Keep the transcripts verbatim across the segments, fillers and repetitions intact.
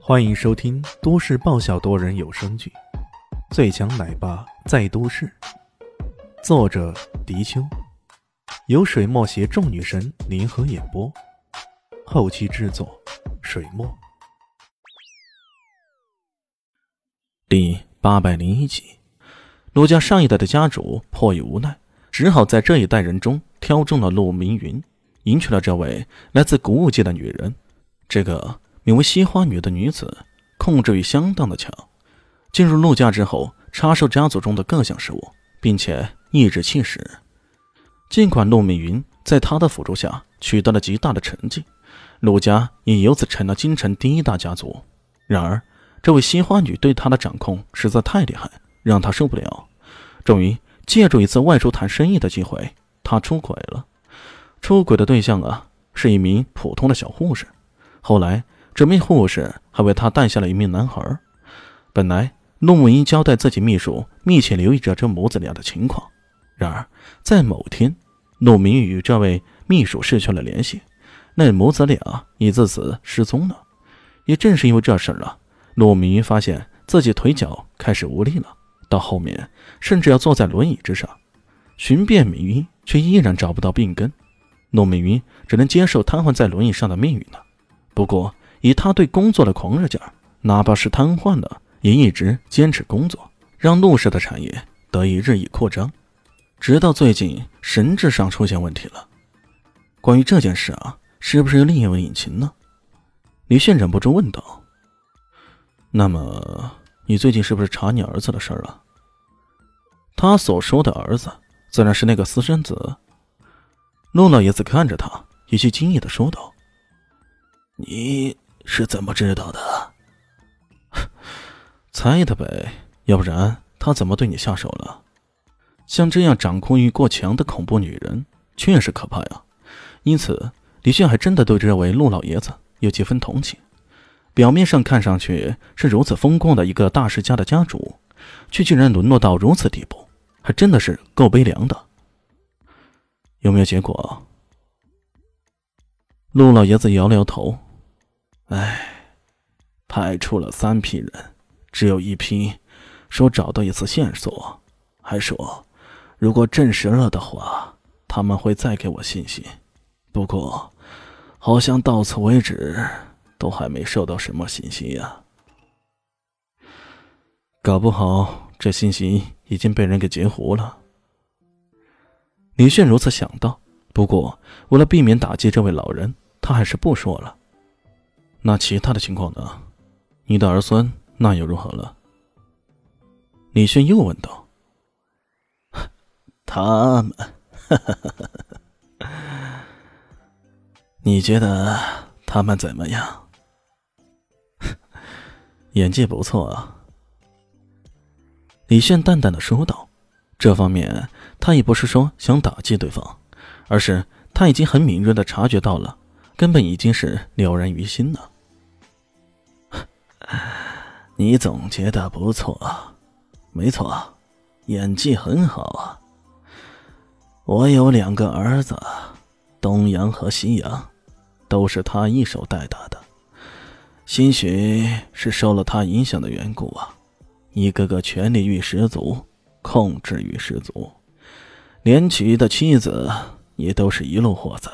欢迎收听都市爆笑多人有声剧《最强奶爸在都市》，作者：迪秋，由水墨携众女神联合演播，后期制作：水墨。第八百零一集，陆家上一代的家主迫于无奈，只好在这一代人中挑中了陆明云，迎娶了这位来自古武界的女人。这个名为西花女的女子控制欲相当的强，进入陆家之后插手家族中的各项事务，并且颐指气使。尽管陆明云在她的辅助下取得了极大的成绩，陆家也由此成了京城第一大家族。然而这位西花女对她的掌控实在太厉害，让她受不了。终于借助一次外出谈生意的机会，她出轨了。出轨的对象啊，是一名普通的小护士。后来这名护士还为他带下了一名男孩。本来陆木英交代自己秘书密切留意着这母子俩的情况，然而在某天，陆明宇与这位秘书失去了联系，那母子俩也自此失踪了。也正是因为这事儿啊，陆明宇发现自己腿脚开始无力了，到后面甚至要坐在轮椅之上，寻遍名医却依然找不到病根。陆明宇只能接受瘫痪在轮椅上的命运了。不过以他对工作的狂热劲儿，哪怕是瘫痪了也一直坚持工作，让陆氏的产业得以日益扩张。直到最近神智上出现问题了。关于这件事啊，是不是有另一位隐情呢？李炫忍不住问道。那么你最近是不是查你儿子的事儿啊？他所说的儿子自然是那个私生子。陆老爷子看着他，有些惊异地说道。 你是怎么知道的？ 猜的呗，要不然他怎么对你下手了？像这样掌控欲过强的恐怖女人确实可怕呀。因此李炫还真的对这位陆老爷子有几分同情。表面上看上去是如此风光的一个大世家的家主，却竟然沦落到如此地步，还真的是够悲凉的。有没有结果？陆老爷子摇了摇头。 唉，派出了三批人，只有一批说找到一次线索，还说如果证实了的话，他们会再给我信息。不过好像到此为止都还没收到什么信息呀。 搞不好这信息已经被人给截胡了。李炫如此想到，不过为了避免打击这位老人，他还是不说了。那其他的情况呢？你的儿孙那又如何了？李炫又问道。 他们你觉得他们怎么样？ 演技不错啊。李炫淡淡的说道。这方面他也不是说想打击对方，而是他已经很敏锐的察觉到了，根本已经是了然于心了。 你总结得不错，没错，演技很好啊。我有两个儿子，东阳和西阳，都是他一手带大的，兴许是受了他影响的缘故啊，一个个权力欲十足，控制欲十足，连娶的妻子也都是一路货色。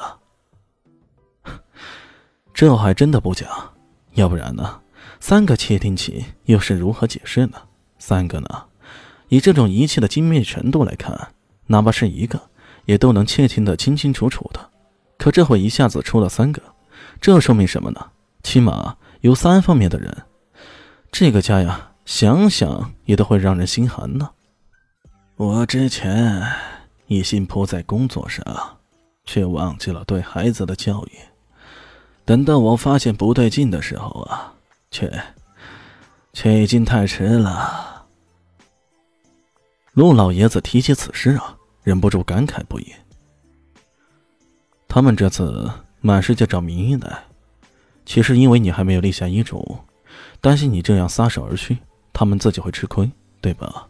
这还真的不假，要不然呢，三个窃听器又是如何解释呢？三个呢？以这种仪器的精密程度来看，哪怕是一个也都能窃听得清清楚楚的。可这会一下子出了三个，这说明什么呢？起码有三方面的人。这个家呀，想想也都会让人心寒呢。 我之前一心扑在工作上，却忘记了对孩子的教育。等到我发现不对劲的时候啊，却却已经太迟了。 陆老爷子提起此事啊，忍不住感慨不已。他们这次满世界找名医来，其实因为你还没有立下遗嘱，担心你这样撒手而去，他们自己会吃亏，对吧？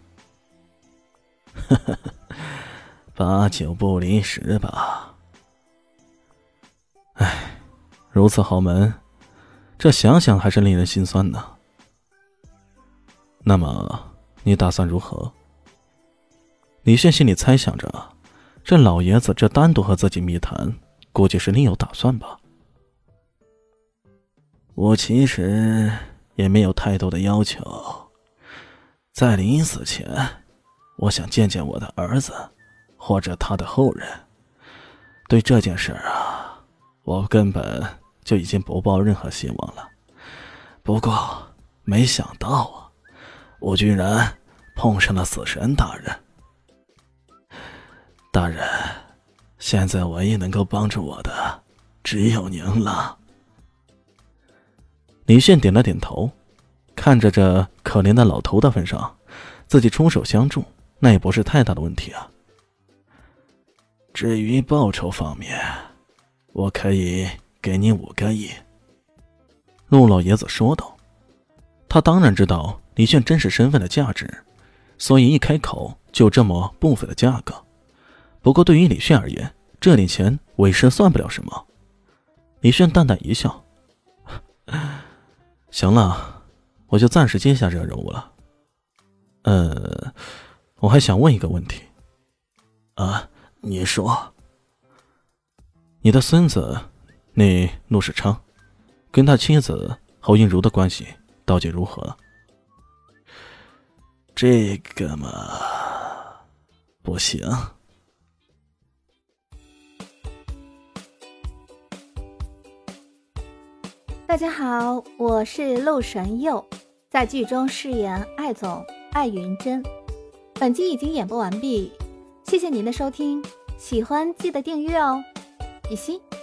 八九不离十吧。 唉，如此豪门， 这想想还是令人心酸呢。那么你打算如何？李炫心里猜想着，这老爷子这单独和自己密谈，估计是另有打算吧。 我其实也没有太多的要求，在临死前，我想见见我的儿子，或者他的后人。对这件事啊，我根本就已经不抱任何希望了。不过，没想到啊，我居然碰上了死神大人。大人，现在唯一能够帮助我的，只有您了。 李炫点了点头，看着这可怜的老头的份上，自己出手相助，那也不是太大的问题啊。 至于报酬方面，我可以给你五个亿。 陆老爷子说道。他当然知道李炫真实身份的价值，所以一开口就这么不菲的价格。不过对于李炫而言，这点钱委实算不了什么。李炫淡淡一笑，行了，我就暂时接下这个任务了。呃，我还想问一个问题。 啊，你说。 你的孙子，那陆世昌，跟他妻子侯映如的关系到底如何？ 这个嘛，不行。 大家好，我是陆神佑，在剧中饰演艾总艾云珍。本集已经演播完毕，谢谢您的收听，喜欢记得订阅哦，比心。